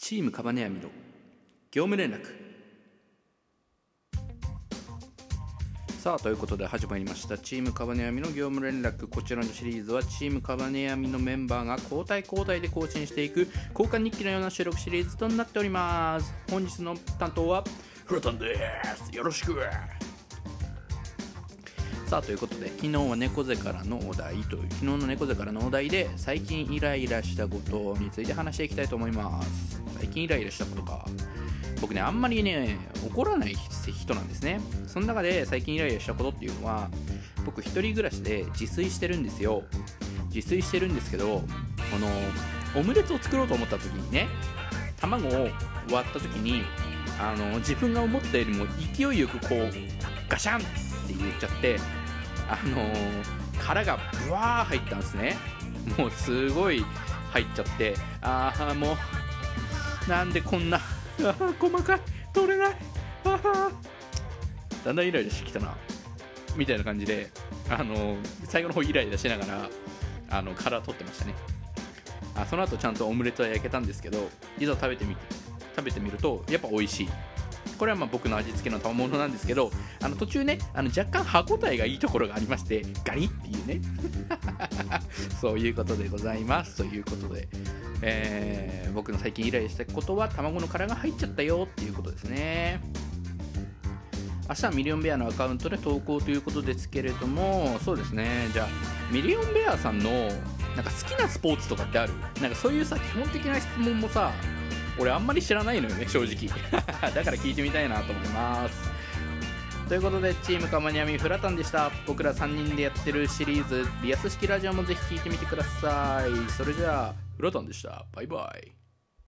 チームカバネアミの業務連絡。さあということで始まりましたチームカバネアミの業務連絡。こちらのシリーズはチームカバネアミのメンバーが交代交代で更新していく交換日記のような収録シリーズとなっております。本日の担当はフラタンです。よろしく。さあということで、昨日は猫背からのお題という昨日の猫背からのお題で最近イライラしたことについて話していきたいと思います。最近イライラしたことか。僕ね、あんまりね怒らない人なんですね。その中で最近イライラしたことっていうのは、僕一人暮らしで自炊してるんですよ。自炊してるんですけど、オムレツを作ろうと思った時にね、卵を割った時に自分が思ったよりも勢いよくこうガシャンって言っちゃって、殻がブワー入ったんですね。もうすごい入っちゃって、もうなんでこんな細かい取れない、だんだんイライラしてきたなみたいな感じで、最後の方イライラしながら殻取ってましたね。その後ちゃんとオムレツは焼けたんですけど、いざ食べてみるとやっぱ美味しい。これは僕の味付けの賜物なんですけど、途中ね若干歯ごたえがいいところがありまして、ガリっていうねそういうことでございます。ということで、僕の最近イライラしたことは卵の殻が入っちゃったよっていうことですね。明日はミリオンベアのアカウントで投稿ということですけれども、そうですね。じゃあミリオンベアさんのなんか好きなスポーツとかってある？なんかそういうさ、基本的な質問もさ、俺あんまり知らないのよね、正直だから聞いてみたいなと思います。ということで、チームカバネアミフラタンでした。僕ら3人でやってるシリーズリアス式ラジオもぜひ聞いてみてください。それじゃあフラタンでした。バイバイ。